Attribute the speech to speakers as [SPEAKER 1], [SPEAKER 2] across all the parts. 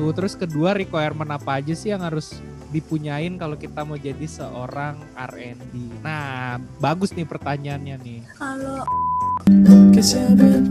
[SPEAKER 1] satu. Terus kedua, requirement apa aja sih yang harus dipunyain kalau kita mau jadi seorang R&D? Nah, bagus nih pertanyaannya nih.
[SPEAKER 2] Kalau
[SPEAKER 3] Kesabar,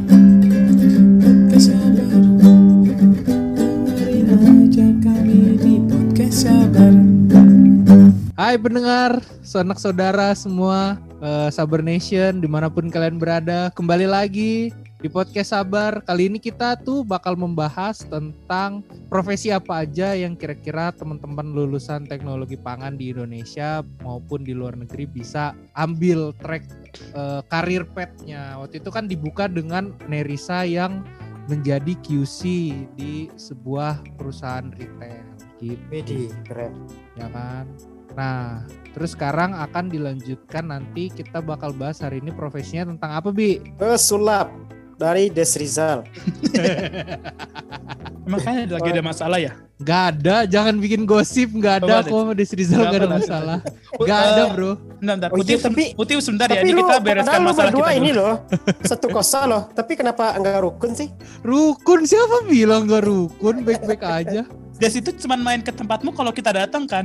[SPEAKER 3] dengerin aja kami di podcast Sabar.
[SPEAKER 1] Hai pendengar, sanak saudara semua, Sabar Nation dimanapun kalian berada, kembali lagi di podcast Sabar. Kali ini kita tuh bakal membahas tentang profesi apa aja yang kira-kira teman-teman lulusan teknologi pangan di Indonesia maupun di luar negeri bisa ambil track karir path-nya. Waktu itu kan dibuka dengan Nerissa yang menjadi QC di sebuah perusahaan retail gitu.
[SPEAKER 4] Widih, keren.
[SPEAKER 1] Ya kan? Nah, terus sekarang akan dilanjutkan, nanti kita bakal bahas hari ini profesinya tentang apa, Bi?
[SPEAKER 4] Pesulap dari Des Rizal.
[SPEAKER 3] Makanya lagi ada masalah ya?
[SPEAKER 1] Gak ada, jangan bikin gosip, gak ada kok sama Des Rizal, gak ada masalah. Gak ada bro.
[SPEAKER 3] Bentar,
[SPEAKER 4] Oh iya,
[SPEAKER 3] Putih sebentar ya,
[SPEAKER 4] tapi
[SPEAKER 3] ini
[SPEAKER 4] lu,
[SPEAKER 3] kita bereskan
[SPEAKER 4] padahal
[SPEAKER 3] masalah
[SPEAKER 4] lu berdua
[SPEAKER 3] kita
[SPEAKER 4] ini
[SPEAKER 3] dulu.
[SPEAKER 4] loh, satu kosa loh. Tapi kenapa enggak rukun sih?
[SPEAKER 1] Rukun, siapa bilang gak rukun, baik-baik aja.
[SPEAKER 3] Des itu cuma main ke tempatmu kalau kita datang kan?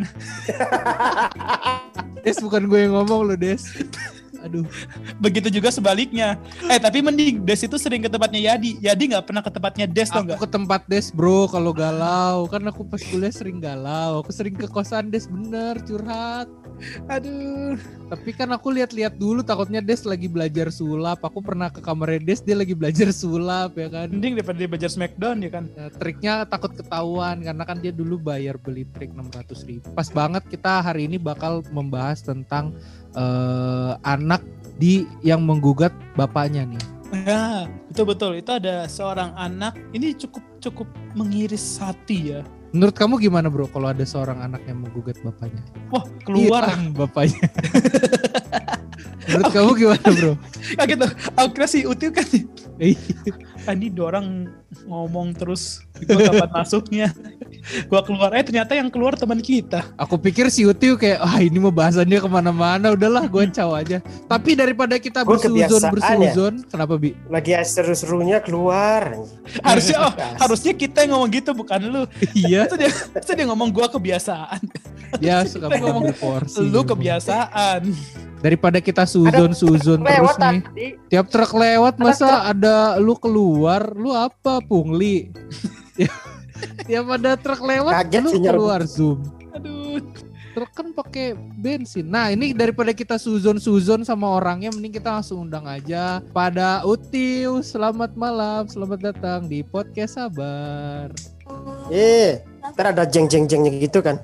[SPEAKER 1] Des, bukan gue yang ngomong loh, Des. Aduh.
[SPEAKER 3] Begitu juga sebaliknya. Tapi mending Des itu sering ke tempatnya Yadi. Yadi nggak pernah ke tempatnya Des, tau nggak?
[SPEAKER 1] Aku ke tempat Des bro kalau galau. Kan aku pas kuliah sering galau. Aku sering ke kosan Des, bener, curhat.
[SPEAKER 3] Aduh.
[SPEAKER 1] Tapi kan aku lihat-lihat dulu, takutnya Des lagi belajar sulap. Aku pernah ke kamarnya Des, dia lagi belajar sulap ya kan.
[SPEAKER 3] Mending daripada dia belajar Smackdown ya kan?
[SPEAKER 1] Nah, triknya takut ketahuan karena kan dia dulu bayar beli trik 600.000. Pas banget kita hari ini bakal membahas tentang anak yang menggugat bapaknya nih.
[SPEAKER 3] Ya, betul. Itu ada seorang anak. Ini cukup mengiris hati ya.
[SPEAKER 1] Menurut kamu gimana bro kalau ada seorang anak yang menggugat bapaknya?
[SPEAKER 3] Wah, keluar.
[SPEAKER 1] Hilang bapaknya. Menurut kamu gimana bro?
[SPEAKER 3] Kaget tuh. Aku kira si Util kan. Ini dorang ngomong terus. Gue kapan masuknya. Gue keluar. Ternyata yang keluar teman kita.
[SPEAKER 1] Aku pikir si Utiu kayak, ini mah bahasannya kemana-mana. Udahlah gue caw aja. Tapi daripada kita bersuzon. Kenapa Bi?
[SPEAKER 4] Lagi seru-serunya keluar.
[SPEAKER 3] Harusnya kita yang ngomong gitu, bukan lu.
[SPEAKER 1] Iya.
[SPEAKER 3] Terus dia ngomong gue kebiasaan.
[SPEAKER 1] Ya suka ngomong porsi.
[SPEAKER 3] Lu kebiasaan.
[SPEAKER 1] Daripada kita suzon terus nih.
[SPEAKER 4] tadi.
[SPEAKER 1] Tiap truk lewat masa ada lu keluar. Lu apa pungli? Tiap ada truk lewat
[SPEAKER 4] Kaget
[SPEAKER 1] lu
[SPEAKER 4] sinyal.
[SPEAKER 1] keluar zoom.
[SPEAKER 3] Aduh.
[SPEAKER 1] Truk kan pakai bensin. Nah ini daripada kita suzon sama orangnya, mending kita langsung undang aja pada Utiu. Selamat malam, selamat datang di podcast Sabar.
[SPEAKER 4] Ntar ada jeng-jeng-jengnya gitu kan.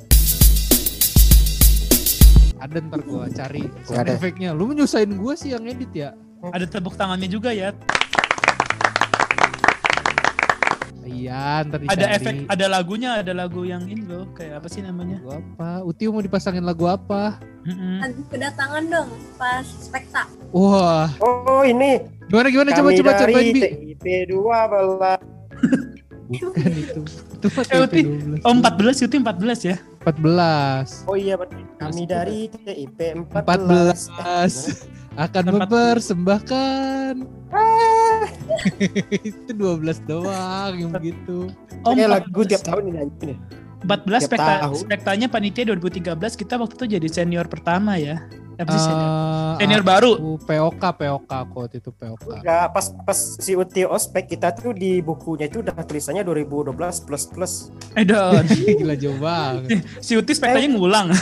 [SPEAKER 1] Ada, ntar gua cari
[SPEAKER 4] Nggak
[SPEAKER 1] sound
[SPEAKER 4] ada.
[SPEAKER 1] efeknya. Lu menyusahin gua sih yang edit ya.
[SPEAKER 3] Ada tepuk tangannya juga ya.
[SPEAKER 1] Iya, ntar dicari.
[SPEAKER 3] Ada efek, ada lagunya, ada lagu yang ini loh, kayak apa sih namanya?
[SPEAKER 1] Lagu apa? Utiu mau dipasangin lagu apa?
[SPEAKER 2] lagu kedatangan dong pas spekta.
[SPEAKER 1] Wah,
[SPEAKER 4] Oh ini.
[SPEAKER 1] gimana
[SPEAKER 4] Kami
[SPEAKER 1] coba cobain
[SPEAKER 4] dari
[SPEAKER 1] Bi.
[SPEAKER 4] TIP 12.
[SPEAKER 1] Bukan itu. Itu mah
[SPEAKER 3] Uti.
[SPEAKER 1] TP 12.
[SPEAKER 3] Oh 14, Uti 14 ya?
[SPEAKER 1] 14.
[SPEAKER 4] Oh iya betul. Kami dari TIP 14.
[SPEAKER 1] 14 akan mempersembahkan. Itu 12 doang yang begitu.
[SPEAKER 3] Oh
[SPEAKER 4] Kayak
[SPEAKER 3] 14.
[SPEAKER 4] lagu tiap tahun ini anjing nih.
[SPEAKER 3] 14
[SPEAKER 4] Tiap tahun.
[SPEAKER 3] spektanya panitia 2013, kita waktu itu jadi senior pertama ya. Apa sih senior?
[SPEAKER 1] Eh,
[SPEAKER 3] Senior baru.
[SPEAKER 1] aku POK aku waktu itu POK.
[SPEAKER 4] Enggak, pas si Uti ospek kita tuh di bukunya itu udah tulisannya 2012 plus.
[SPEAKER 3] Don.
[SPEAKER 1] Gila jauh banget.
[SPEAKER 3] Si Uti spektanya ngulang.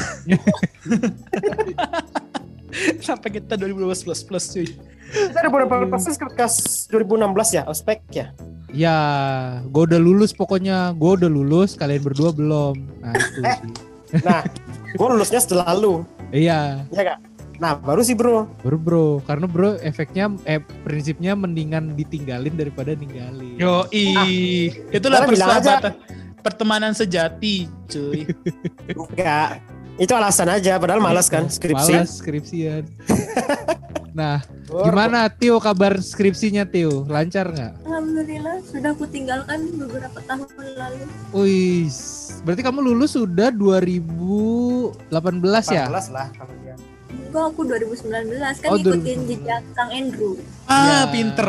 [SPEAKER 3] Sampai kita 2012 plus cuy.
[SPEAKER 4] Kita 2018 kelas 2016 ya ospek ya.
[SPEAKER 1] Ya, gue udah lulus pokoknya. Gue udah lulus, kalian berdua belum. Nah itu sih.
[SPEAKER 4] Nah, gue lulusnya setelah lu,
[SPEAKER 1] Iya,
[SPEAKER 4] ya kak. Nah baru sih bro.
[SPEAKER 1] bro. Karena bro efeknya, prinsipnya mendingan ditinggalin daripada ninggalin.
[SPEAKER 3] Yoi. Itulah
[SPEAKER 4] Karena bilang aja.
[SPEAKER 3] persahabatan. Pertemanan sejati cuy.
[SPEAKER 4] Enggak. Itu alasan aja, padahal malas kan skripsi.
[SPEAKER 1] Malas skripsian. Nah, gimana Tio kabar skripsinya Tio? Lancar nggak?
[SPEAKER 2] Alhamdulillah sudah aku tinggalkan beberapa tahun lalu.
[SPEAKER 1] Wih, berarti kamu lulus sudah 2018 ya?
[SPEAKER 4] 14 lah kalau dia.
[SPEAKER 2] Enggak, aku 2019 kan
[SPEAKER 1] Oh,
[SPEAKER 2] ngikutin jejak Kang Andrew.
[SPEAKER 1] Ya.
[SPEAKER 3] Pinter.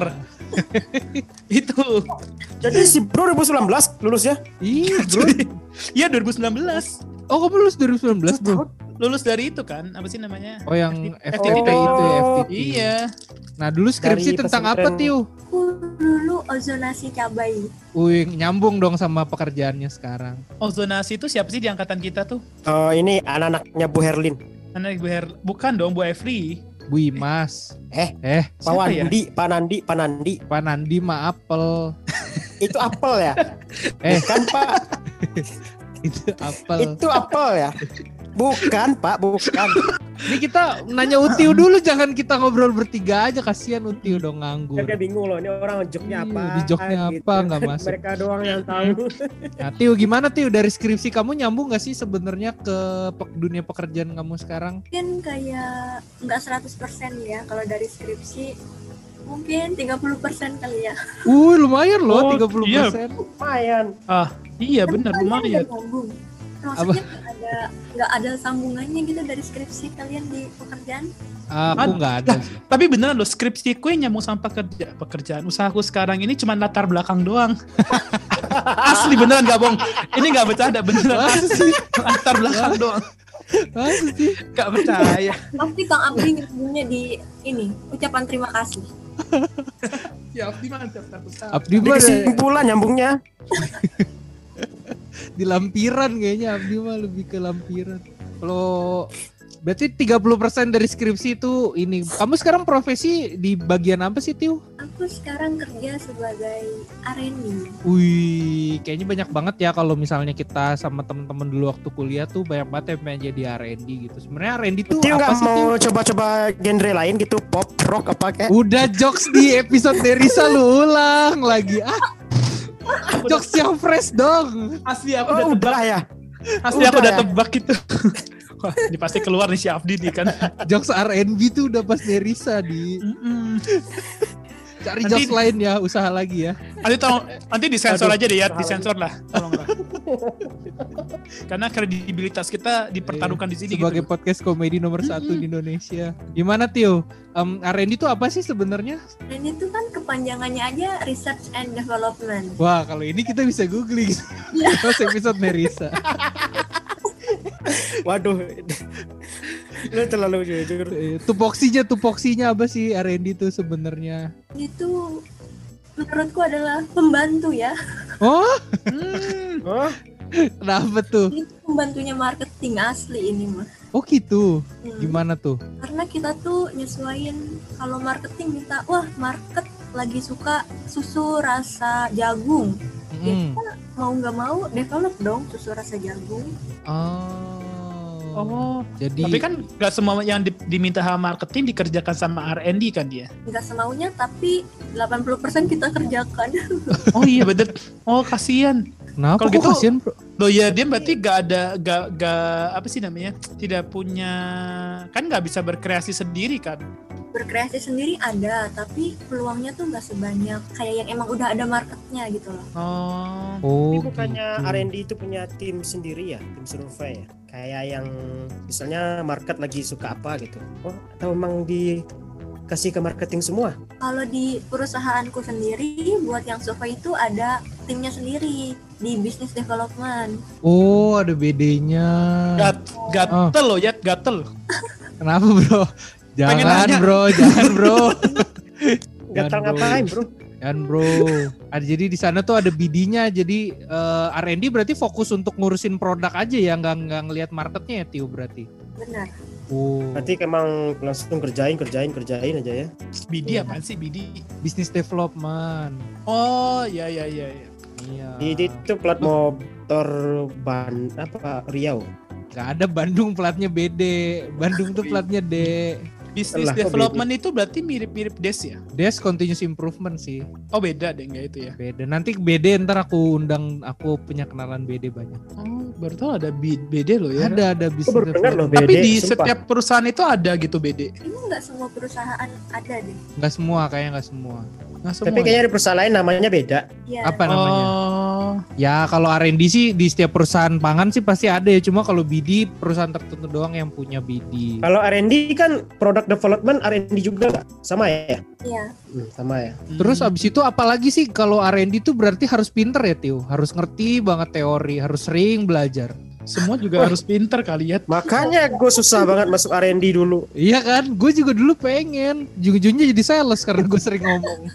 [SPEAKER 3] Itu.
[SPEAKER 4] Jadi si bro 2019 lulus ya?
[SPEAKER 1] Iya bro.
[SPEAKER 3] Iya 2019.
[SPEAKER 1] Oh kamu lulus 2019 bro?
[SPEAKER 3] Lulus dari itu kan, apa sih namanya?
[SPEAKER 1] Oh yang FTT
[SPEAKER 3] FTT.
[SPEAKER 1] itu ya FTT.
[SPEAKER 3] Iya.
[SPEAKER 1] Nah dulu skripsi
[SPEAKER 4] Dari
[SPEAKER 1] tentang apa
[SPEAKER 4] pesantren.
[SPEAKER 1] Tiu?
[SPEAKER 2] Aku dulu ozonasi cabai.
[SPEAKER 1] Wih nyambung dong sama pekerjaannya sekarang.
[SPEAKER 3] Ozonasi itu siapa sih di angkatan kita tuh?
[SPEAKER 4] Ini anak-anaknya Bu Herlin.
[SPEAKER 3] Anak bukan dong Bu Efri.
[SPEAKER 1] Bu Imas.
[SPEAKER 4] Eh,
[SPEAKER 1] Pak
[SPEAKER 4] Pak
[SPEAKER 3] Siapa ya?
[SPEAKER 4] Nandi.
[SPEAKER 1] Nandi mah apel.
[SPEAKER 4] Itu apel ya? Bukan Pak,
[SPEAKER 1] Itu apel.
[SPEAKER 4] itu apel ya? Bukan Pak, bukan.
[SPEAKER 1] Ini kita nanya Utiu dulu, jangan kita ngobrol bertiga aja, kasihan Utiu dong nganggur.
[SPEAKER 4] Saya bingung loh, ini orang joknya
[SPEAKER 1] Iya,
[SPEAKER 4] apa?
[SPEAKER 1] di joknya apa, nggak masuk.
[SPEAKER 4] Mereka doang yang tahu.
[SPEAKER 1] Nah Tiu gimana Tiu, dari skripsi kamu nyambung gak sih sebenarnya ke dunia pekerjaan kamu sekarang?
[SPEAKER 2] Mungkin kayak nggak 100% ya kalau dari skripsi. Mungkin 30% kali ya.
[SPEAKER 1] Lumayan loh,
[SPEAKER 3] Oh,
[SPEAKER 1] 30%.
[SPEAKER 4] Lumayan.
[SPEAKER 3] Iya benar
[SPEAKER 2] Kalian
[SPEAKER 3] lumayan.
[SPEAKER 2] ada sambung. Maksudnya nggak ada sambungannya gitu dari skripsi kalian di pekerjaan.
[SPEAKER 1] Aku nggak ada sih.
[SPEAKER 3] Tapi beneran loh, skripsiku yang nyambung sama pekerjaan. Usahaku sekarang ini cuma latar belakang doang. Asli beneran gak bohong. Ini gak bercanda, beneran asli. Latar belakang doang.
[SPEAKER 1] Masa sih?
[SPEAKER 3] Gak percaya.
[SPEAKER 2] Pasti Kang Abdi nyambungnya di ini ucapan terima kasih.
[SPEAKER 3] Ya Abdi mantap.
[SPEAKER 1] Abdi
[SPEAKER 4] Di
[SPEAKER 1] mah
[SPEAKER 4] kesimpulan nyambungnya.
[SPEAKER 1] di lampiran kayaknya, Abdi mah lebih ke lampiran. Kalau berarti 30% dari skripsi itu ini. Kamu sekarang profesi di bagian apa sih Tiu?
[SPEAKER 2] Aku sekarang kerja sebagai R&D.
[SPEAKER 1] Wih, kayaknya banyak banget ya kalau misalnya kita sama temen-temen dulu waktu kuliah tuh banyak banget yang pengen jadi R&D gitu. Sebenarnya R&D tuh
[SPEAKER 4] Tiu
[SPEAKER 1] apa
[SPEAKER 4] nggak
[SPEAKER 1] sih Tiu?
[SPEAKER 4] mau coba-coba genre lain gitu, pop, rock apa kayak?
[SPEAKER 1] Udah jokes di episode Derisa lu ulang lagi. Jokes yang fresh dong.
[SPEAKER 3] Asli aku
[SPEAKER 4] Oh
[SPEAKER 3] udah tebak.
[SPEAKER 4] udah ya.
[SPEAKER 3] Asli aku
[SPEAKER 4] udah
[SPEAKER 3] udah
[SPEAKER 4] ya.
[SPEAKER 3] tebak gitu. Wah, ini pasti keluar nih si Abdi nih kan.
[SPEAKER 1] Jokes R&B tuh udah pas Derisa di cari
[SPEAKER 3] Nanti-
[SPEAKER 1] jokes lain ya, usaha lagi ya.
[SPEAKER 3] Nanti disensor
[SPEAKER 4] Aduh,
[SPEAKER 3] aja deh ya,
[SPEAKER 4] salah.
[SPEAKER 3] disensor lah. Tolonglah. Karena kredibilitas kita dipertaruhkan di sini
[SPEAKER 1] Sebagai
[SPEAKER 3] gitu.
[SPEAKER 1] podcast komedi nomor 1 di Indonesia. Gimana Tio? R&D itu apa sih sebenarnya?
[SPEAKER 2] Dan itu kan kepanjangannya aja Research and Development.
[SPEAKER 1] Wah kalau ini kita bisa googling. Pas episode Derisa.
[SPEAKER 4] Waduh. Lu terlalu jujur.
[SPEAKER 1] Tupoksinya apa sih R&D itu sebenarnya?
[SPEAKER 2] Itu menurutku adalah pembantu ya.
[SPEAKER 1] Oh,
[SPEAKER 4] Oh,
[SPEAKER 1] kenapa tuh?
[SPEAKER 2] Itu pembantunya marketing asli ini mah.
[SPEAKER 1] Oh gitu.
[SPEAKER 2] Hmm.
[SPEAKER 1] Gimana tuh?
[SPEAKER 2] Karena kita tuh nyesuaiin kalau marketing minta, wah market lagi suka susu rasa jagung.
[SPEAKER 1] Hmm.
[SPEAKER 2] Mau nggak mau develop dong susu rasa jagung.
[SPEAKER 3] Oh,
[SPEAKER 1] Jadi
[SPEAKER 3] tapi kan gak semua yang diminta sama marketing dikerjakan sama R&D kan dia.
[SPEAKER 2] Nggak semaunya tapi 80% kita kerjakan.
[SPEAKER 3] Oh iya bener. Oh kasihan.
[SPEAKER 1] kenapa
[SPEAKER 3] kalau
[SPEAKER 1] kok
[SPEAKER 3] gitu-
[SPEAKER 1] kasihan bro?
[SPEAKER 3] Loh ya dia berarti gak apa sih namanya? Tidak punya, kan gak bisa berkreasi sendiri kan?
[SPEAKER 2] Berkreasi sendiri ada, tapi peluangnya tuh nggak sebanyak kayak yang emang udah ada marketnya gitu loh.
[SPEAKER 3] Oh.
[SPEAKER 1] Oh
[SPEAKER 4] ini bukannya
[SPEAKER 1] gitu.
[SPEAKER 4] R&D itu punya tim sendiri ya, tim survei ya? Kayak yang misalnya market lagi suka apa gitu. Oh, atau memang dikasih ke marketing semua?
[SPEAKER 2] Kalau di perusahaanku sendiri, buat yang survei itu ada timnya sendiri di business development.
[SPEAKER 1] Oh ada BD-nya.
[SPEAKER 3] Gatel loh ya, gatel.
[SPEAKER 1] Kenapa bro?
[SPEAKER 3] Pengen
[SPEAKER 1] Jangan
[SPEAKER 3] nanya.
[SPEAKER 1] bro, jangan bro.
[SPEAKER 4] Nggak tahu ngapain bro.
[SPEAKER 1] Jangan bro. Jadi di sana tuh ada BD-nya. Jadi R&D berarti fokus untuk ngurusin produk aja ya, nggak ngelihat marketnya ya Tio berarti.
[SPEAKER 2] Benar.
[SPEAKER 1] Oh.
[SPEAKER 4] Berarti emang langsung kerjain aja ya.
[SPEAKER 3] BD apaan sih BD?
[SPEAKER 1] Business development.
[SPEAKER 3] Oh iya.
[SPEAKER 1] Iya.
[SPEAKER 4] Itu plat motor Riau.
[SPEAKER 1] Gak ada Bandung platnya BD. Bandung tuh platnya D.
[SPEAKER 3] Business
[SPEAKER 4] Alah, kok
[SPEAKER 3] development itu berarti mirip-mirip DES ya?
[SPEAKER 1] Des continuous improvement sih.
[SPEAKER 3] Oh beda deh enggak itu ya?
[SPEAKER 1] Beda. Nanti BD ntar aku undang, aku punya kenalan BD banyak.
[SPEAKER 3] Oh baru tahu ada BD loh ya?
[SPEAKER 1] Ada
[SPEAKER 4] Aku
[SPEAKER 1] business
[SPEAKER 4] baru dengar loh
[SPEAKER 1] development.
[SPEAKER 3] Tapi
[SPEAKER 4] BD,
[SPEAKER 3] di
[SPEAKER 4] sumpah.
[SPEAKER 3] setiap perusahaan itu ada gitu BD.
[SPEAKER 2] Ini nggak semua perusahaan ada deh.
[SPEAKER 1] Nggak semua, kayaknya nggak semua.
[SPEAKER 3] Nah,
[SPEAKER 4] Tapi kayaknya di perusahaan lain namanya beda.
[SPEAKER 2] Ya.
[SPEAKER 1] Apa namanya?
[SPEAKER 3] Oh
[SPEAKER 1] Ya kalau R&D sih di setiap perusahaan pangan sih pasti ada ya. Cuma kalau BD perusahaan tertentu doang yang punya BD.
[SPEAKER 4] Kalau R&D kan product development, R&D juga nggak? Sama ya?
[SPEAKER 2] Iya.
[SPEAKER 4] Sama ya.
[SPEAKER 1] Terus abis itu apalagi sih kalau R&D itu berarti harus pinter ya Tio. Harus ngerti banget teori, harus sering belajar.
[SPEAKER 3] Semua juga harus pinter kali ya.
[SPEAKER 4] Makanya gue susah banget masuk R&D dulu.
[SPEAKER 1] Iya kan, gue juga dulu pengen. Ujung-ujungnya jadi sales karena gue sering ngomong.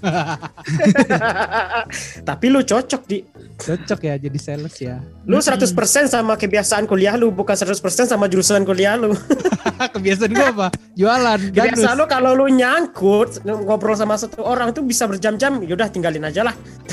[SPEAKER 4] Tapi lu cocok di.
[SPEAKER 1] Cocok ya jadi sales ya.
[SPEAKER 4] Lu 100% sama kebiasaan kuliah lu, bukan 100% sama jurusan kuliah lu.
[SPEAKER 1] Kebiasaan gue apa? Jualan.
[SPEAKER 4] Kebiasaan lu kalau lu nyangkut ngobrol sama satu orang tuh bisa berjam-jam, yaudah tinggalin aja lah.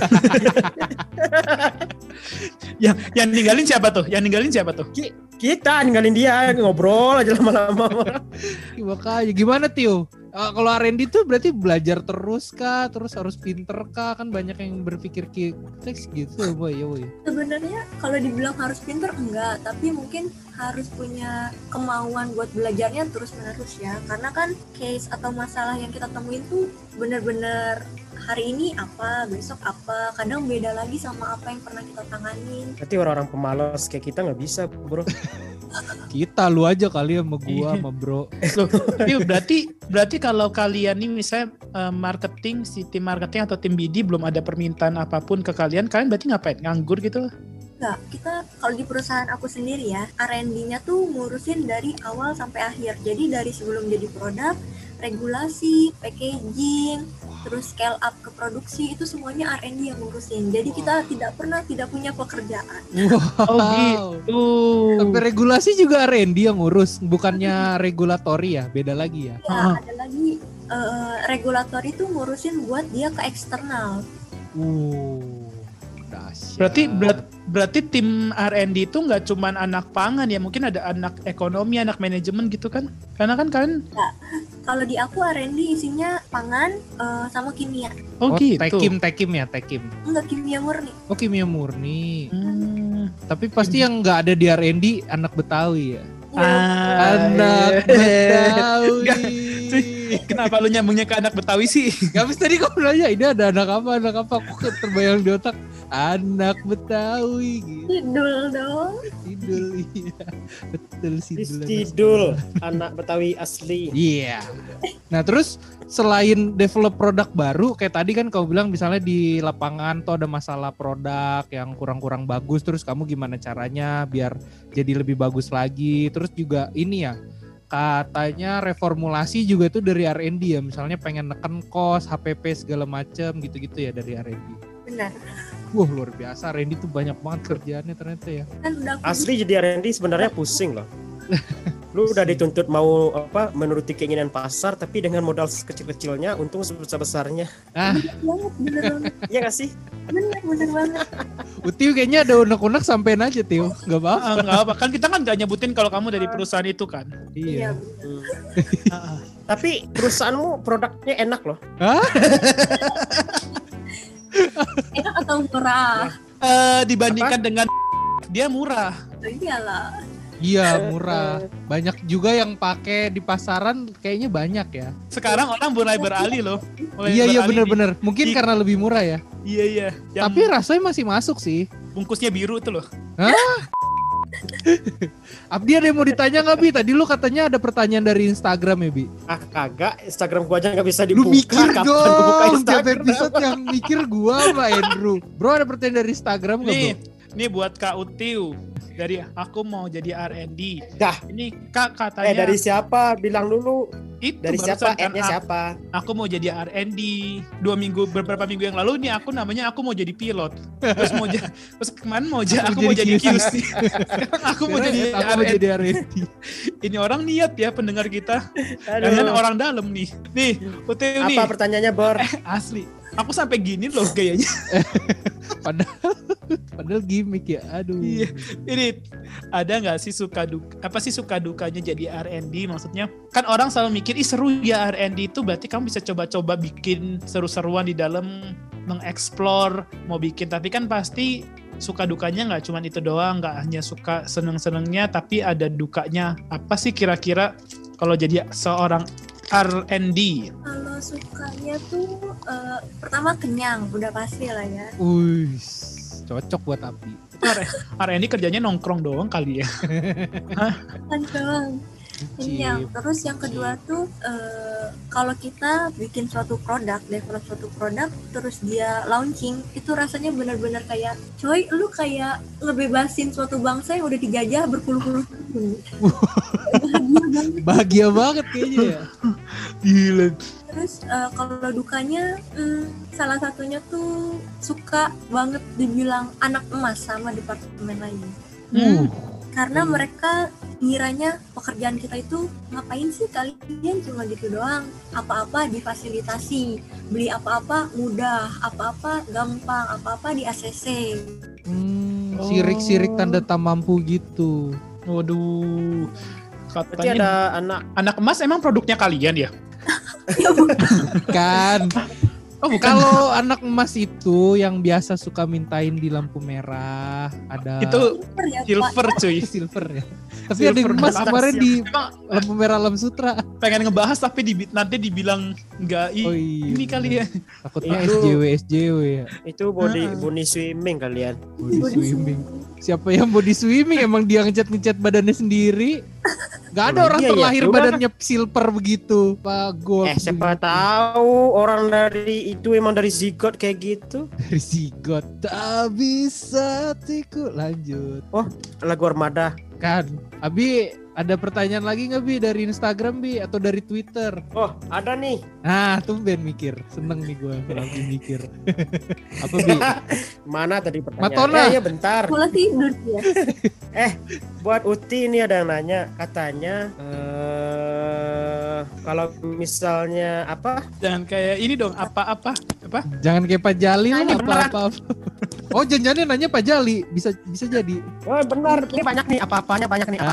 [SPEAKER 3] Yang ninggalin siapa tuh?
[SPEAKER 4] Kita ninggalin dia, ngobrol aja lama-lama.
[SPEAKER 1] Makanya gimana Tio? Kalau R&D tuh berarti belajar terus kah? Terus harus pinter kah? Kan banyak yang berpikir teks gitu boy.
[SPEAKER 2] Sebenarnya kalau dibilang harus pinter enggak, tapi mungkin harus punya kemauan buat belajarnya terus-menerus ya. Karena kan case atau masalah yang kita temuin tuh bener-bener hari ini apa, besok apa, kadang beda lagi sama apa yang pernah kita tanganin.
[SPEAKER 4] Berarti orang-orang pemalas kayak kita nggak bisa, bro.
[SPEAKER 1] Kita lu aja kali sama gua sama bro.
[SPEAKER 3] Loh, berarti kalau kalian nih misalnya marketing, si tim marketing atau tim BD belum ada permintaan apapun ke kalian berarti ngapain? Nganggur gitu?
[SPEAKER 2] Enggak, kita kalau di perusahaan aku sendiri ya, R&D-nya tuh ngurusin dari awal sampai akhir. Jadi dari sebelum jadi produk, regulasi, packaging, terus scale up ke produksi, itu semuanya R&D yang ngurusin. Jadi kita tidak punya pekerjaan.
[SPEAKER 1] Wow.
[SPEAKER 3] Oh gitu.
[SPEAKER 1] Sampai regulasi juga R&D yang ngurus, bukannya regulatori ya, beda lagi ya.
[SPEAKER 2] Ya, ada lagi regulator itu ngurusin buat dia ke eksternal.
[SPEAKER 3] Berarti tim R&D itu nggak cuma anak pangan ya, mungkin ada anak ekonomi, anak manajemen gitu kan? Karena kan kalian.
[SPEAKER 2] Kalau di aku R&D isinya pangan sama kimia.
[SPEAKER 3] Oh gitu.
[SPEAKER 1] Tekim ya.
[SPEAKER 2] Enggak, kimia murni.
[SPEAKER 1] Oh kimia murni. Tapi pasti yang nggak ada di R&D anak Betawi ya. Anak Betawi.
[SPEAKER 3] Kenapa lu nyambungnya ke anak Betawi sih?
[SPEAKER 1] Gak bisa tadi kamu nanya ini ada anak apa? Aku terbayang di otak anak Betawi gitu.
[SPEAKER 2] Sidul dong.
[SPEAKER 1] Sidul iya. Betul Sidul.
[SPEAKER 4] Sidul, anak Betawi asli.
[SPEAKER 1] Iya. Nah terus selain develop produk baru kayak tadi kan kau bilang misalnya di lapangan tuh ada masalah produk yang kurang-kurang bagus, terus kamu gimana caranya biar jadi lebih bagus lagi. Terus juga ini ya, katanya reformulasi juga tuh dari R&D ya, misalnya pengen neken cost, HPP segala macam gitu-gitu ya dari R&D.
[SPEAKER 2] Benar.
[SPEAKER 1] Wah luar biasa, R&D tuh banyak banget kerjaannya ternyata ya.
[SPEAKER 2] Kan udah
[SPEAKER 4] Asli jadi R&D sebenarnya pusing loh. Lu udah dituntut mau menuruti keinginan pasar, tapi dengan modal sekecil-kecilnya untung sebesar-besarnya.
[SPEAKER 2] bener banget.
[SPEAKER 4] Iya gak sih?
[SPEAKER 2] Bener banget.
[SPEAKER 1] Utiu kayaknya ada unek-unek sampein aja Tiu, nggak apa-apa.
[SPEAKER 3] Nggak apa, kan kita kan nggak nyebutin kalau kamu dari perusahaan itu kan.
[SPEAKER 1] Iya.
[SPEAKER 4] Tapi perusahaanmu produknya enak loh.
[SPEAKER 1] Hah?
[SPEAKER 2] Enak atau murah?
[SPEAKER 3] Dibandingkan dengan dia murah.
[SPEAKER 2] Iyalah.
[SPEAKER 1] Iya murah. Banyak juga yang pakai di pasaran kayaknya banyak ya.
[SPEAKER 3] Sekarang orang mulai beralih loh.
[SPEAKER 1] Iya bener-bener. Mungkin karena lebih murah ya.
[SPEAKER 3] Iya.
[SPEAKER 1] Tapi rasanya masih masuk sih.
[SPEAKER 3] Bungkusnya biru tuh loh.
[SPEAKER 1] Hah? Abdi ada yang mau ditanya nggak Bi? Tadi lu katanya ada pertanyaan dari Instagram ya Bi?
[SPEAKER 4] Kagak, Instagram gua aja nggak bisa dibuka.
[SPEAKER 1] Lu mikir
[SPEAKER 4] Kapan gua buka
[SPEAKER 1] dong, tiap
[SPEAKER 4] Instagram?
[SPEAKER 1] episode yang mikir gua sama Andrew. Bro ada pertanyaan dari Instagram nggak bro?
[SPEAKER 3] Nih buat Kak Utiu. Dari aku mau jadi R&D.
[SPEAKER 4] Dah.
[SPEAKER 3] Ini Kak katanya.
[SPEAKER 4] Dari siapa? Bilang dulu.
[SPEAKER 3] Itu
[SPEAKER 4] dari siapa?
[SPEAKER 3] kan
[SPEAKER 4] Ad-nya siapa?
[SPEAKER 3] Aku mau jadi R&D. Beberapa minggu yang lalu nih aku mau jadi pilot. Terus kemarin aku mau jadi QC. Aku mau jadi
[SPEAKER 1] R&D.
[SPEAKER 3] Ini orang niat ya pendengar kita. Kalian orang dalam nih. Nih, Utiu nih.
[SPEAKER 4] Apa pertanyaannya, Bor?
[SPEAKER 3] Asli. Aku sampai gini loh gayanya.
[SPEAKER 1] Padahal gimmick ya. Aduh.
[SPEAKER 3] Iya. Ini ada nggak sih suka dukanya jadi R&D? Maksudnya kan orang selalu mikir seru ya R&D itu berarti kamu bisa coba-coba bikin seru-seruan di dalam mengeksplor mau bikin, tapi kan pasti suka dukanya nggak cuma itu doang, nggak hanya suka seneng-senengnya tapi ada dukanya. Apa sih kira-kira kalau jadi seorang R&D?
[SPEAKER 2] Kalau sukanya tuh pertama kenyang, udah pasti lah ya.
[SPEAKER 1] cocok buat Api.
[SPEAKER 3] Itu R&D kerjanya nongkrong doang kali ya.
[SPEAKER 2] Kan doang. Terus yang kedua tuh kalau kita bikin suatu produk, develop suatu produk, terus dia launching, itu rasanya benar-benar kayak, coy, lu kayak ngebebasin suatu bangsa yang udah dijajah berpuluh-puluh tahun.
[SPEAKER 1] Bahagia banget kayaknya ya.
[SPEAKER 3] Gila.
[SPEAKER 2] Terus kalau dukanya, salah satunya tuh suka banget dibilang anak emas sama departemen lain. Karena mereka ngiranya pekerjaan kita itu ngapain sih kalian cuma gitu doang, apa-apa difasilitasi, beli apa-apa mudah, apa-apa gampang, apa-apa di ACC.
[SPEAKER 1] Sirik-sirik tanda tak mampu gitu.
[SPEAKER 3] Waduh.
[SPEAKER 4] Berarti ada
[SPEAKER 3] anak emas emang produknya kalian ya?
[SPEAKER 1] Kan.
[SPEAKER 3] Oh bukan.
[SPEAKER 1] Kalau anak emas itu yang biasa suka mintain di lampu merah, ada
[SPEAKER 3] itu silver cuy.
[SPEAKER 1] Silver ya. Tapi ada yang emas kemarin di lampu merah Alam Sutra.
[SPEAKER 3] Pengen ngebahas tapi nanti dibilang enggak ini kali ya.
[SPEAKER 1] Takutnya
[SPEAKER 4] Itu-
[SPEAKER 1] SJW ya.
[SPEAKER 4] Itu body swimming kalian.
[SPEAKER 1] Body swimming. Siapa yang body swimming emang dia ngecat badannya sendiri? Gak ada
[SPEAKER 4] Emang
[SPEAKER 1] orang
[SPEAKER 4] iya ya?
[SPEAKER 1] terlahir
[SPEAKER 4] Udah.
[SPEAKER 1] badannya silver begitu, Pak Gold.
[SPEAKER 4] Siapa
[SPEAKER 1] begitu.
[SPEAKER 4] tahu orang dari itu emang dari zigot kayak gitu.
[SPEAKER 1] Dari zigot tak bisa tiku. Lanjut.
[SPEAKER 4] Lagu Armada.
[SPEAKER 1] Kan, Abi ada pertanyaan lagi nggak Bi dari Instagram Bi atau dari Twitter?
[SPEAKER 4] Oh, ada nih.
[SPEAKER 1] Nah, tumben mikir, seneng nih gue kalau Abi mikir. Apa Bi?
[SPEAKER 4] Mana tadi pertanyaan?
[SPEAKER 1] Matona.
[SPEAKER 4] Ya bentar.
[SPEAKER 2] Mulai tidur dia.
[SPEAKER 4] Buat Uti ini ada yang nanya, katanya kalau misalnya apa?
[SPEAKER 3] Jangan kayak ini dong, apa?
[SPEAKER 1] Jangan kayak Pak Jali lah,
[SPEAKER 4] Nanya
[SPEAKER 1] apa-apa. Oh, jangan-jangan nanya Pak Jali, bisa jadi.
[SPEAKER 4] Oh benar, ini banyak nih apa-apanya banyak nih.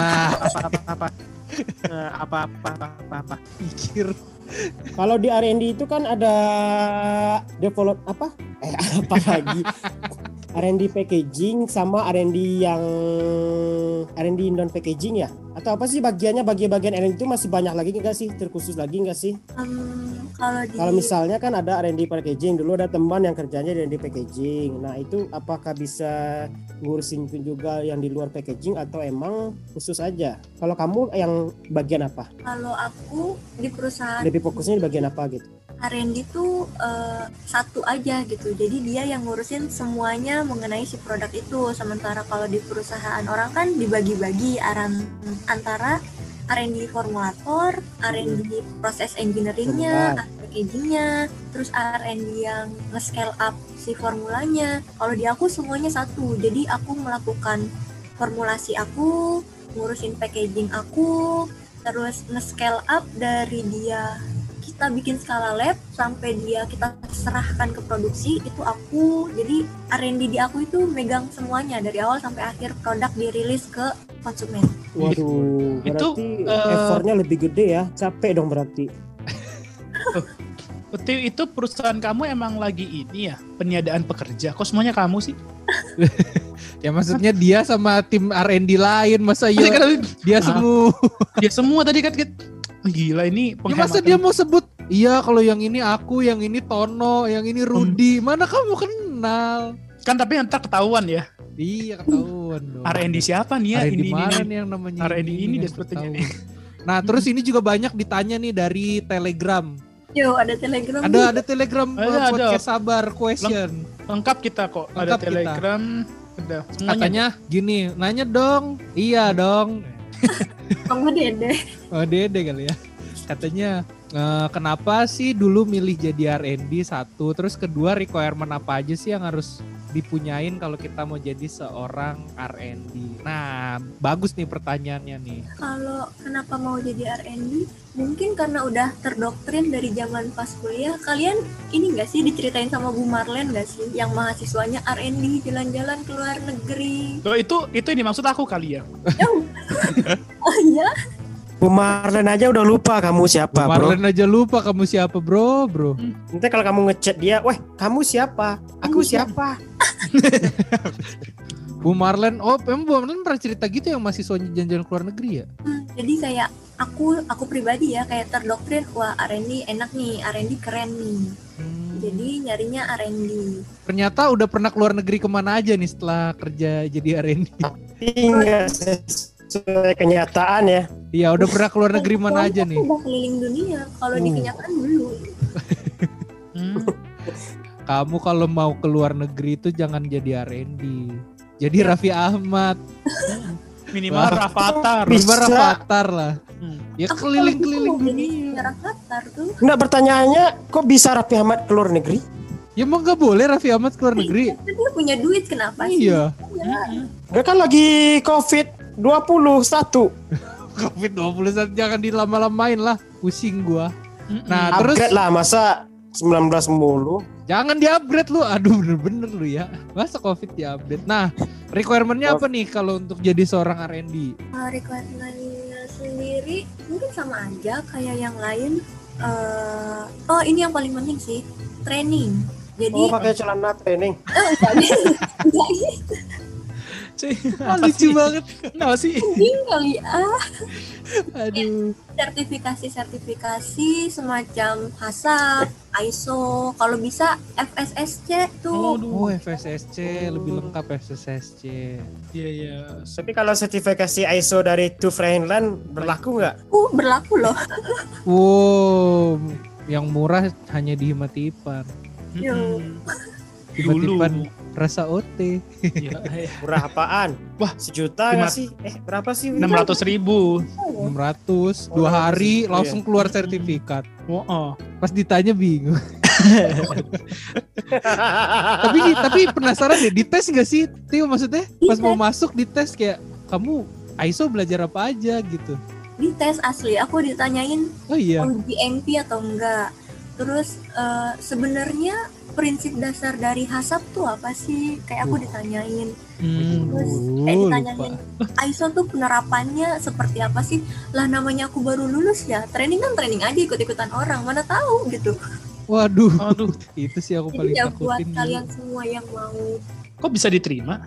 [SPEAKER 4] Apa.
[SPEAKER 1] Pikir.
[SPEAKER 4] Kalau di R&D itu kan ada develop apa? Apa lagi? R&D packaging sama R&D yang R&D non packaging ya? Atau apa sih bagiannya, bagian R&D itu masih banyak lagi nggak sih? Terkhusus lagi nggak sih? Kalau misalnya kan ada R&D packaging, dulu ada teman yang kerjanya di R&D packaging. Nah itu apakah bisa ngurusin juga yang di luar packaging atau emang khusus aja? Kalau kamu yang bagian apa?
[SPEAKER 2] Kalau aku di perusahaan
[SPEAKER 4] Lebih fokusnya di bagian apa gitu?
[SPEAKER 2] R&D tuh satu aja gitu. Jadi dia yang ngurusin semuanya mengenai si produk itu. Sementara kalau di perusahaan orang kan dibagi-bagi antara R&D formulator, R&D proses engineeringnya, packagingnya, terus R&D yang nge-scale up si formulanya. Kalau di aku semuanya satu. Jadi aku melakukan formulasi aku, ngurusin packaging aku, terus nge-scale up dari dia kita bikin skala lab sampai dia kita serahkan ke produksi, itu aku. Jadi R&D di aku itu megang semuanya dari awal sampai akhir produk dirilis ke konsumen.
[SPEAKER 4] Waduh,
[SPEAKER 3] Itu,
[SPEAKER 4] berarti effortnya lebih gede ya, capek dong berarti.
[SPEAKER 3] Uti, itu perusahaan kamu emang lagi ini ya, peniadaan pekerja. Kok semuanya kamu sih?
[SPEAKER 1] Ya maksudnya dia sama tim R&D lain, masa ya dia semua.
[SPEAKER 3] Dia semua tadi kan. Oh, gila ini
[SPEAKER 1] Ya masa dia mau sebut, iya kalau yang ini aku, yang ini Tono, yang ini Rudi, mana kamu kenal?
[SPEAKER 3] Kan tapi ntar ketahuan ya.
[SPEAKER 1] Iya ketahuan dong.
[SPEAKER 3] R&D siapa nih ya?
[SPEAKER 1] R&D
[SPEAKER 3] Ini
[SPEAKER 1] mana nih yang namanya
[SPEAKER 3] R&D ini
[SPEAKER 1] yang
[SPEAKER 3] dia sepertinya
[SPEAKER 1] ketahuan. Nah terus ini juga banyak ditanya nih dari Telegram.
[SPEAKER 2] Yo, ada Telegram.
[SPEAKER 1] Ada Telegram
[SPEAKER 3] Ada.
[SPEAKER 1] podcast Sabar question.
[SPEAKER 3] Lengkap kita kok.
[SPEAKER 1] Lengkap
[SPEAKER 3] Ada
[SPEAKER 1] kita.
[SPEAKER 3] Telegram, ada semuanya.
[SPEAKER 1] Katanya gini, nanya dong. Iya dong.
[SPEAKER 2] Kamu Dede.
[SPEAKER 1] Oh Dede kali ya. Katanya kenapa sih dulu milih jadi R&D satu, terus kedua requirement apa aja sih yang harus dipunyain kalau kita mau jadi seorang R&D. Nah, bagus nih pertanyaannya nih.
[SPEAKER 2] Kalau kenapa mau jadi R&D? Mungkin karena udah terdoktrin dari zaman pas kuliah. Kalian ini nggak sih diceritain sama Bu Marlen nggak sih, yang mahasiswanya R&D jalan-jalan ke luar negeri?
[SPEAKER 3] Loh, itu ini maksud aku kali ya.
[SPEAKER 2] Oh iya?
[SPEAKER 4] Bu Marlen aja udah lupa kamu siapa, bro.
[SPEAKER 1] Marlen aja lupa kamu siapa, bro.
[SPEAKER 4] Nanti kalau kamu ngechat dia, weh kamu siapa? Aku siapa?
[SPEAKER 1] Bu Marlen, emang Bu Marlen pernah cerita gitu yang mahasiswanya jalan-jalan ke luar negeri ya?
[SPEAKER 2] Jadi kayak aku pribadi ya kayak terdoktrin, wah R&D enak nih, R&D keren nih. Jadi nyarinya R&D.
[SPEAKER 1] Ternyata udah pernah keluar negeri kemana aja nih setelah kerja jadi R&D?
[SPEAKER 4] Tinggal sesuai kenyataan ya.
[SPEAKER 1] Iya, udah pernah keluar negeri mana aja nih?
[SPEAKER 2] Udah keliling dunia. Kalau di kenyataan belum.
[SPEAKER 1] Kamu kalau mau keluar negeri itu jangan jadi R&D. Jadi Raffi Ahmad.
[SPEAKER 3] Minimal Rafathar.
[SPEAKER 1] Minimal
[SPEAKER 4] Bisa.
[SPEAKER 1] Rafathar lah. Ya
[SPEAKER 2] Aku
[SPEAKER 1] keliling-keliling
[SPEAKER 2] kalau gitu mau
[SPEAKER 1] dunia.
[SPEAKER 2] jadi Rafathar tuh.
[SPEAKER 4] Enggak, pertanyaannya kok bisa Raffi Ahmad keluar negeri?
[SPEAKER 1] Ya emang gak boleh Raffi Ahmad keluar negeri?
[SPEAKER 2] Kan dia punya duit, kenapa sih?
[SPEAKER 1] Iya.
[SPEAKER 4] Dia kan lagi COVID-21.
[SPEAKER 1] Covid-21 jangan dilama-lamain lah. Pusing gua. Nah terus
[SPEAKER 4] Upgrade lah, masa 19 mulu.
[SPEAKER 1] jangan di-upgrade lu. Aduh bener-bener lu ya. Masa Covid di-update. Nah requirement-nya apa nih kalau untuk jadi seorang R&D?
[SPEAKER 2] Requirement-nya sendiri mungkin sama aja kayak yang lain. Oh ini yang paling penting sih, training. Jadi
[SPEAKER 4] Oh, pakai celana training.
[SPEAKER 2] enggak gitu.
[SPEAKER 1] Lucu banget.
[SPEAKER 3] Kenapa sih?
[SPEAKER 2] Ini kali
[SPEAKER 1] Aduh.
[SPEAKER 2] sertifikasi semacam HACCP, ISO, kalau bisa FSSC tuh.
[SPEAKER 1] Oh FSSC lebih lengkap FSSC.
[SPEAKER 3] Iya.
[SPEAKER 4] Tapi kalau sertifikasi ISO dari TÜV Rheinland berlaku nggak?
[SPEAKER 2] Berlaku loh.
[SPEAKER 1] Wow, yang murah hanya di Himatipan.
[SPEAKER 2] Yo.
[SPEAKER 1] Himatipan rasa OT.
[SPEAKER 3] Iya.
[SPEAKER 4] Murah apaan?
[SPEAKER 3] Wah,
[SPEAKER 4] 1 juta nggak sih? Berapa sih?
[SPEAKER 3] 600.000.
[SPEAKER 1] 600, 2
[SPEAKER 4] Oh,
[SPEAKER 1] hari
[SPEAKER 4] iya.
[SPEAKER 1] langsung keluar sertifikat.
[SPEAKER 3] Oh.
[SPEAKER 1] Pas ditanya bingung. tapi penasaran deh, dites nggak sih, Tio, maksudnya? Pas mau masuk dites kayak kamu ISO belajar apa aja gitu.
[SPEAKER 2] Di tes asli aku ditanyain
[SPEAKER 1] Oh iya.
[SPEAKER 2] uji MP atau enggak. Terus sebenarnya prinsip dasar dari HACCP tuh apa sih? Kayak aku ditanyain. Terus kayak ditanyain ISO tuh penerapannya seperti apa sih? Lah namanya aku baru lulus ya. Training kan training aja, ikut-ikutan orang. Mana tahu gitu.
[SPEAKER 1] Waduh.
[SPEAKER 3] Aduh,
[SPEAKER 1] Itu sih aku
[SPEAKER 2] Jadi
[SPEAKER 1] paling
[SPEAKER 2] ya buat
[SPEAKER 1] takutin.
[SPEAKER 2] kalian semua yang mau
[SPEAKER 3] kok bisa diterima?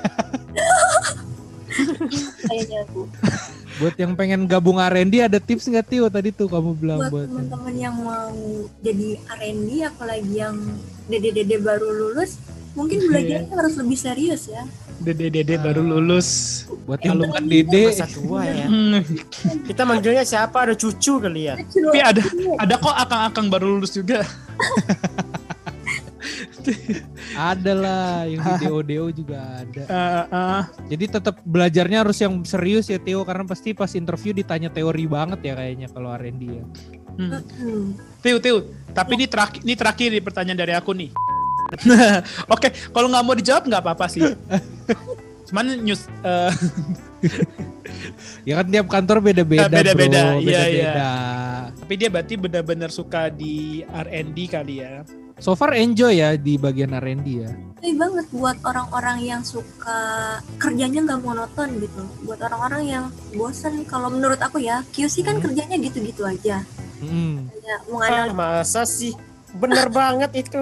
[SPEAKER 2] kayaknya aku.
[SPEAKER 1] Buat yang pengen gabung R&D ada tips nggak, Tio? Tadi tuh kamu bilang
[SPEAKER 2] Buat
[SPEAKER 1] buat
[SPEAKER 2] teman-teman yang mau jadi R&D, apalagi yang dede-dede baru lulus, mungkin belajarnya harus lebih serius ya.
[SPEAKER 3] Dede baru lulus.
[SPEAKER 1] buat yang
[SPEAKER 2] Kalau
[SPEAKER 1] bukan
[SPEAKER 2] ini
[SPEAKER 1] dede.
[SPEAKER 4] Masa tua ya.
[SPEAKER 3] Hmm.
[SPEAKER 4] Kita manggilnya siapa? Ada cucu kali ya?
[SPEAKER 3] Tapi ada kok akang-akang baru lulus juga.
[SPEAKER 1] Ada lah yang di DO juga ada.
[SPEAKER 3] Ah.
[SPEAKER 1] Jadi tetap belajarnya harus yang serius ya, Tio, karena pasti pas interview ditanya teori banget ya kayaknya kalau R&D ya.
[SPEAKER 3] Tiu. Tapi ini terakhir nih pertanyaan dari aku nih. Oke, kalau nggak mau dijawab nggak apa-apa sih. Cuman news
[SPEAKER 1] Ya kan tiap kantor beda-beda,
[SPEAKER 3] Beda-beda,
[SPEAKER 1] bro.
[SPEAKER 3] iya,
[SPEAKER 1] Beda-beda.
[SPEAKER 3] tapi dia berarti benar-benar suka di R&D kali ya.
[SPEAKER 1] So far enjoy ya di bagian R&D ya.
[SPEAKER 2] Tapi banget buat orang-orang yang suka kerjanya nggak monoton gitu. Buat orang-orang yang bosan, kalau menurut aku ya, QC kan kerjanya gitu-gitu aja. Kayak menganalisis
[SPEAKER 4] Masa sih? Bener banget itu.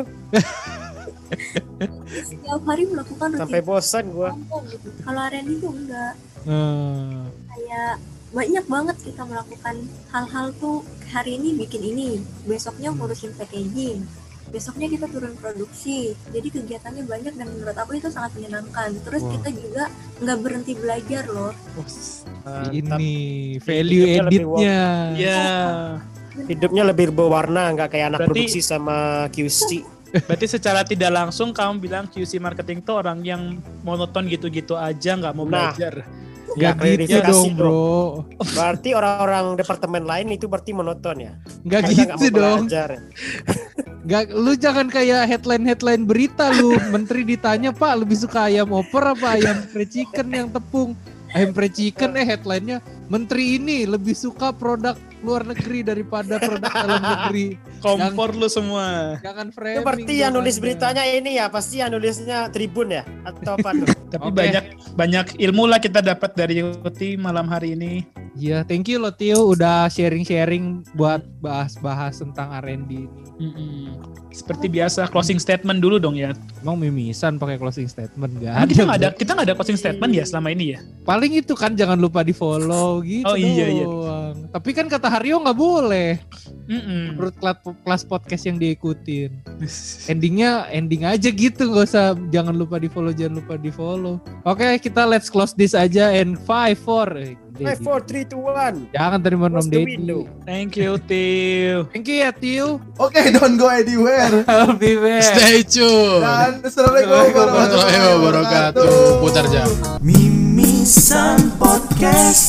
[SPEAKER 2] setiap hari melakukan
[SPEAKER 4] Sampai bosan gua.
[SPEAKER 2] gitu. Kalau R&D tuh enggak. Kayak banyak banget kita melakukan hal-hal tuh, hari ini bikin ini, besoknya ngurusin packaging, besoknya kita turun produksi. Jadi kegiatannya banyak dan menurut aku itu sangat menyenangkan. Terus
[SPEAKER 1] Wow.
[SPEAKER 2] kita juga nggak berhenti belajar loh.
[SPEAKER 4] Mantap.
[SPEAKER 1] Ini value
[SPEAKER 4] Hidupnya lebih
[SPEAKER 1] editnya.
[SPEAKER 3] Ya,
[SPEAKER 4] Hidupnya lebih berwarna, nggak kayak anak
[SPEAKER 3] Berarti-
[SPEAKER 4] produksi sama QC.
[SPEAKER 3] berarti secara tidak langsung kamu bilang QC marketing tuh orang yang monoton gitu-gitu aja, nggak mau
[SPEAKER 4] Nah.
[SPEAKER 3] belajar.
[SPEAKER 1] Gak
[SPEAKER 4] Ya,
[SPEAKER 1] gitu
[SPEAKER 4] klarifikasi
[SPEAKER 1] dong, bro.
[SPEAKER 4] Berarti orang-orang departemen lain itu berarti monoton ya?
[SPEAKER 1] Gak
[SPEAKER 4] Mereka nggak
[SPEAKER 1] gitu
[SPEAKER 4] mau
[SPEAKER 1] dong.
[SPEAKER 4] belajar.
[SPEAKER 1] Gak, lu jangan kayak headline berita lu. Menteri ditanya, Pak, lebih suka ayam oper apa ayam fried chicken yang tepung? Ayam fried chicken headline-nya, Menteri ini lebih suka produk luar negeri daripada produk dalam negeri.
[SPEAKER 3] Kompor lu semua.
[SPEAKER 1] Jangan
[SPEAKER 4] Itu
[SPEAKER 1] framing.
[SPEAKER 4] berarti yang
[SPEAKER 1] dong
[SPEAKER 4] nulis
[SPEAKER 1] Anda.
[SPEAKER 4] beritanya ini ya, pasti yang nulisnya Tribun ya? Atau apa tuh?
[SPEAKER 3] Tapi
[SPEAKER 1] Oke.
[SPEAKER 3] banyak ilmu lah kita dapat dari Uti malam hari ini.
[SPEAKER 1] Iya, thank you loh Tio udah sharing-sharing buat bahas-bahas tentang R&D ini.
[SPEAKER 3] Seperti biasa closing statement dulu dong ya.
[SPEAKER 1] Emang mimisan pakai closing statement gak
[SPEAKER 3] Emang
[SPEAKER 1] ada?
[SPEAKER 3] kita nggak ada closing statement ya selama ini ya.
[SPEAKER 1] Paling itu kan jangan lupa di follow gitu.
[SPEAKER 3] Oh, iya.
[SPEAKER 1] doang. Tapi kan kata Haryo nggak boleh. Menurut kelas podcast yang diikutin. Ending aja gitu, nggak usah jangan lupa di follow. Oke, kita let's close this aja and 5, 4.
[SPEAKER 4] 5, 4, 3, 2, 1.
[SPEAKER 1] Jangan terima Om
[SPEAKER 4] Close the
[SPEAKER 1] Deddy.
[SPEAKER 4] window.
[SPEAKER 3] Thank you, Tio.
[SPEAKER 1] Thank you ya Tio.
[SPEAKER 5] Oke, don't go anywhere.
[SPEAKER 1] I'll be back.
[SPEAKER 6] Stay tune.
[SPEAKER 5] Dan assalamualaikum warahmatullahi wabarakatuh.
[SPEAKER 6] Putar jam.
[SPEAKER 7] Mimisan Podcast.